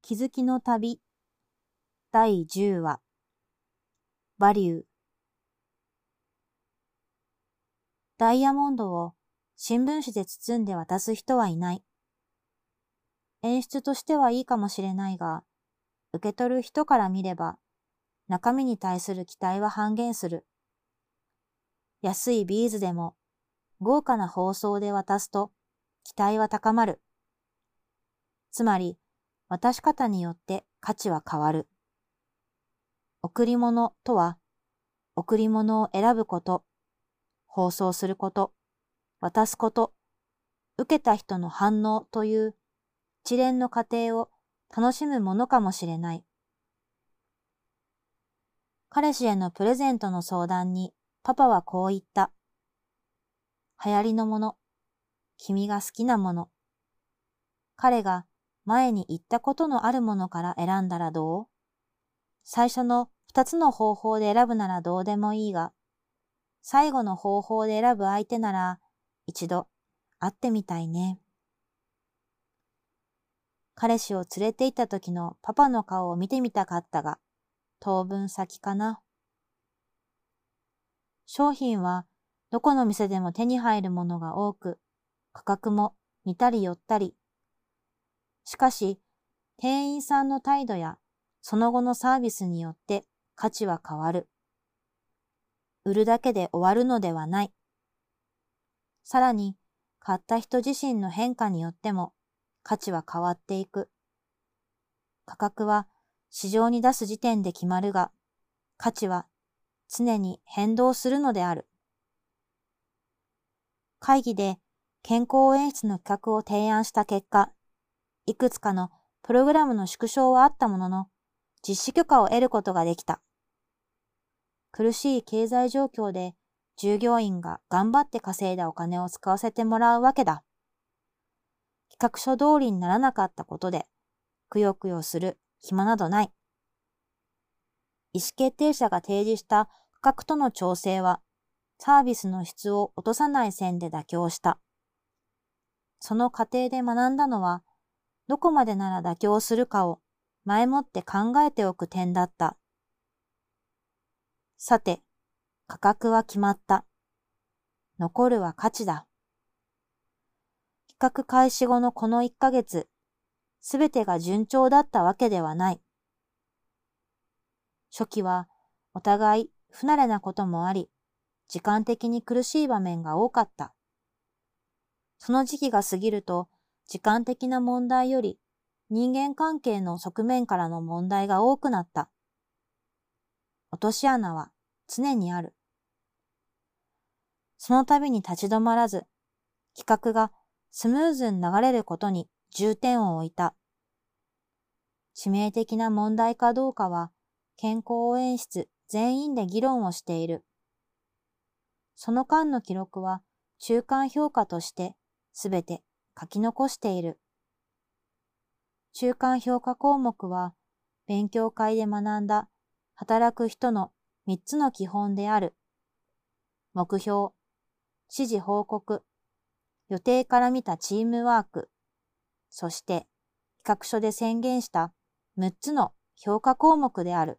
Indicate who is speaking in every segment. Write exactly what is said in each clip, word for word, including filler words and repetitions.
Speaker 1: 気づきの旅だいじゅうわバリュー。ダイヤモンドを新聞紙で包んで渡す人はいない。演出としてはいいかもしれないが、受け取る人から見れば中身に対する期待は半減する。安いビーズでも豪華な包装で渡すと期待は高まる。つまり渡し方によって価値は変わる。贈り物とは、贈り物を選ぶこと、包装すること、渡すこと、受けた人の反応という一連の過程を楽しむものかもしれない。彼氏へのプレゼントの相談にパパはこう言った。流行りのもの、君が好きなもの。彼が前に言ったことのあるものから選んだらどう？最初の二つの方法で選ぶならどうでもいいが、最後の方法で選ぶ相手なら一度会ってみたいね。彼氏を連れて行った時のパパの顔を見てみたかったが、当分先かな。商品はどこの店でも手に入るものが多く、価格も似たり寄ったり。しかし、店員さんの態度やその後のサービスによって価値は変わる。売るだけで終わるのではない。さらに、買った人自身の変化によっても価値は変わっていく。価格は市場に出す時点で決まるが、価値は常に変動するのである。会議で健康演出の企画を提案した結果、いくつかのプログラムの縮小はあったものの、実施許可を得ることができた。苦しい経済状況で従業員が頑張って稼いだお金を使わせてもらうわけだ。企画書通りにならなかったことで、くよくよする暇などない。意思決定者が提示した価格との調整は、サービスの質を落とさない線で妥協した。その過程で学んだのは、どこまでなら妥協するかを前もって考えておく点だった。さて、価格は決まった。残るは価値だ。企画開始後のこのいっかげつ、すべてが順調だったわけではない。初期はお互い不慣れなこともあり、時間的に苦しい場面が多かった。その時期が過ぎると、時間的な問題より人間関係の側面からの問題が多くなった。落とし穴は常にある。その度に立ち止まらず、企画がスムーズに流れることに重点を置いた。致命的な問題かどうかは、健康応援室全員で議論をしている。その間の記録は中間評価としてすべて書き残している。中間評価項目は、勉強会で学んだ働く人のみっつの基本である。目標、指示報告、予定から見たチームワーク、そして企画書で宣言したむっつの評価項目である。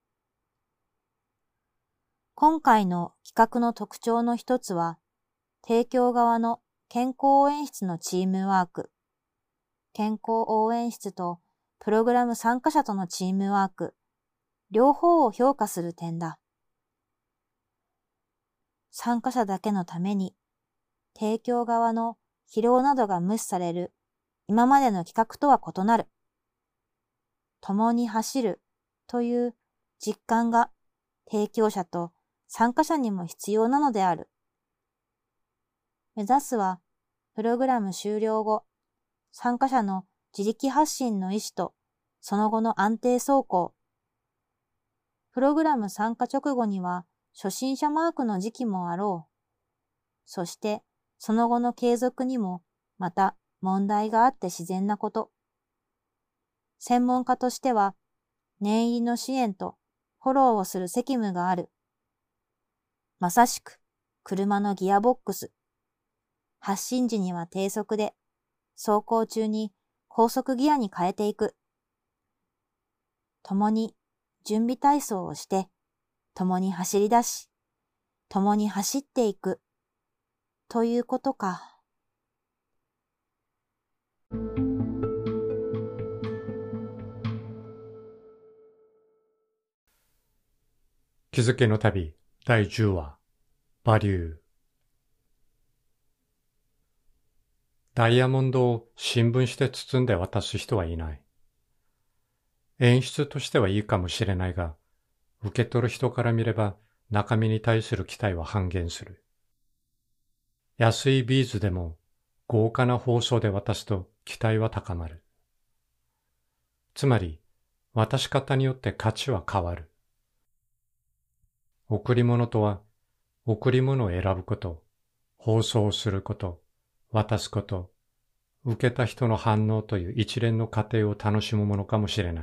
Speaker 1: 今回の企画の特徴の一つは、提供側の健康応援室のチームワーク、健康応援室とプログラム参加者とのチームワーク、両方を評価する点だ。参加者だけのために、提供側の疲労などが無視される今までの企画とは異なる。共に走るという実感が提供者と参加者にも必要なのである。目指すは、プログラム終了後、参加者の自力発信の意思とその後の安定走行。プログラム参加直後には初心者マークの時期もあろう。そしてその後の継続にもまた問題があって自然なこと。専門家としては念入りの支援とフォローをする責務がある。まさしく車のギアボックス。発進時には低速で、走行中に高速ギアに変えていく。 共に準備体操をして、共に走り出し、共に走っていく、ということか。
Speaker 2: 気づきの旅だいじゅうわ、バリュー。ダイヤモンドを新聞紙で包んで渡す人はいない。演出としてはいいかもしれないが、受け取る人から見れば中身に対する期待は半減する。安いビーズでも豪華な包装で渡すと期待は高まる。つまり、渡し方によって価値は変わる。贈り物とは、贈り物を選ぶこと、包装すること、渡すこと、受けた人の反応という一連の過程を楽しむものかもしれない。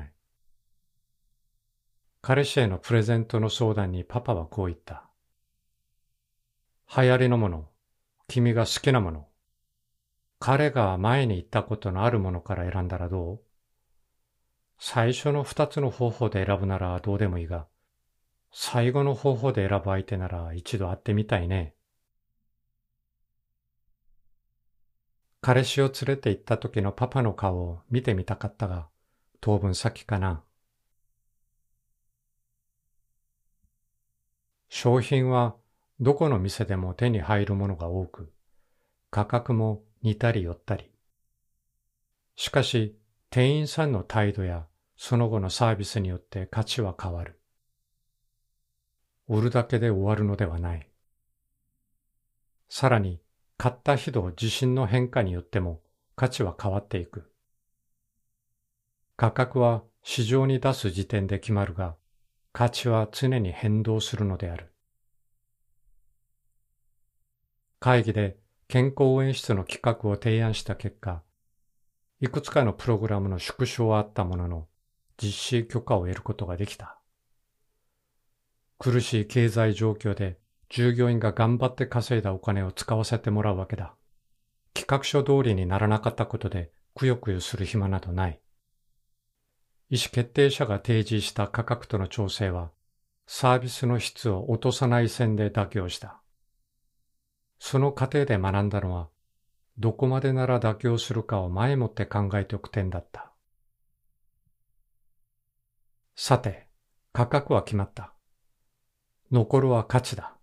Speaker 2: 彼氏へのプレゼントの相談にパパはこう言った。流行りのもの、君が好きなもの、彼が前に言ったことのあるものから選んだらどう？最初の二つの方法で選ぶならどうでもいいが、最後の方法で選ぶ相手なら一度会ってみたいね。彼氏を連れて行った時のパパの顔を見てみたかったが、当分先かな。商品はどこの店でも手に入るものが多く、価格も似たり寄ったり。しかし、店員さんの態度やその後のサービスによって価値は変わる。売るだけで終わるのではない。さらに、買った人自身の変化によっても価値は変わっていく。価格は市場に出す時点で決まるが、価値は常に変動するのである。会議で健康応援室の企画を提案した結果、いくつかのプログラムの縮小はあったものの、実施許可を得ることができた。苦しい経済状況で従業員が頑張って稼いだお金を使わせてもらうわけだ。企画書通りにならなかったことでくよくよする暇などない。意思決定者が提示した価格との調整は、サービスの質を落とさない線で妥協した。その過程で学んだのは、どこまでなら妥協するかを前もって考えておく点だった。さて、価格は決まった。残るは価値だ。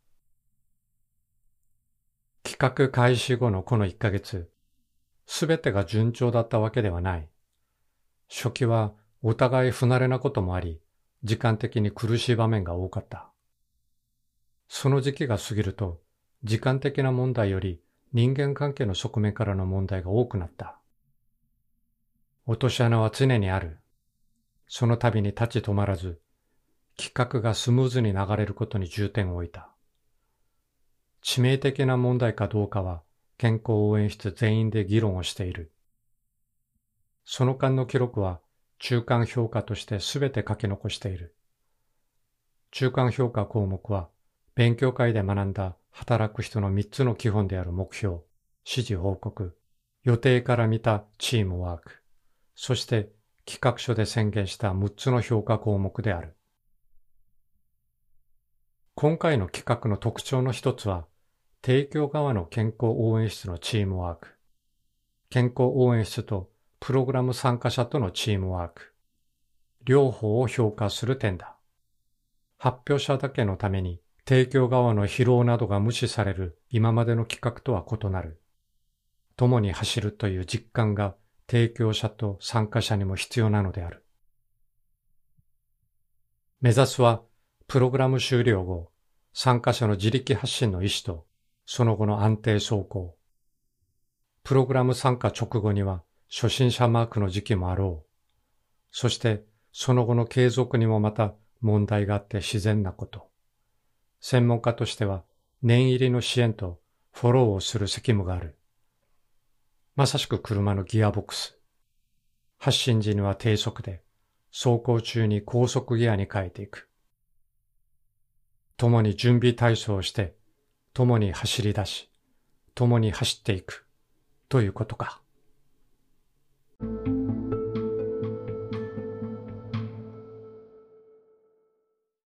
Speaker 2: 企画開始後のこのいっかげつ、すべてが順調だったわけではない。初期はお互い不慣れなこともあり、時間的に苦しい場面が多かった。その時期が過ぎると、時間的な問題より人間関係の側面からの問題が多くなった。落とし穴は常にある。その度に立ち止まらず、企画がスムーズに流れることに重点を置いた。致命的な問題かどうかは健康応援室全員で議論をしている。その間の記録は中間評価としてすべて書き残している。中間評価項目は勉強会で学んだ働く人のみっつの基本である目標、指示報告、予定から見たチームワーク、そして企画書で宣言したむっつの評価項目である。今回の企画の特徴の一つは、提供側の健康応援室のチームワーク、健康応援室とプログラム参加者とのチームワーク、両方を評価する点だ。発表者だけのために提供側の疲労などが無視される今までの企画とは異なる。共に走るという実感が提供者と参加者にも必要なのである。目指すは、プログラム終了後、参加者の自力発信の意思と、その後の安定走行。プログラム参加直後には、初心者マークの時期もあろう。そして、その後の継続にもまた問題があって自然なこと。専門家としては、念入りの支援とフォローをする責務がある。まさしく車のギアボックス。発進時には低速で、走行中に高速ギアに変えていく。共に準備体操をして、共に走り出し、共に走っていく、ということか。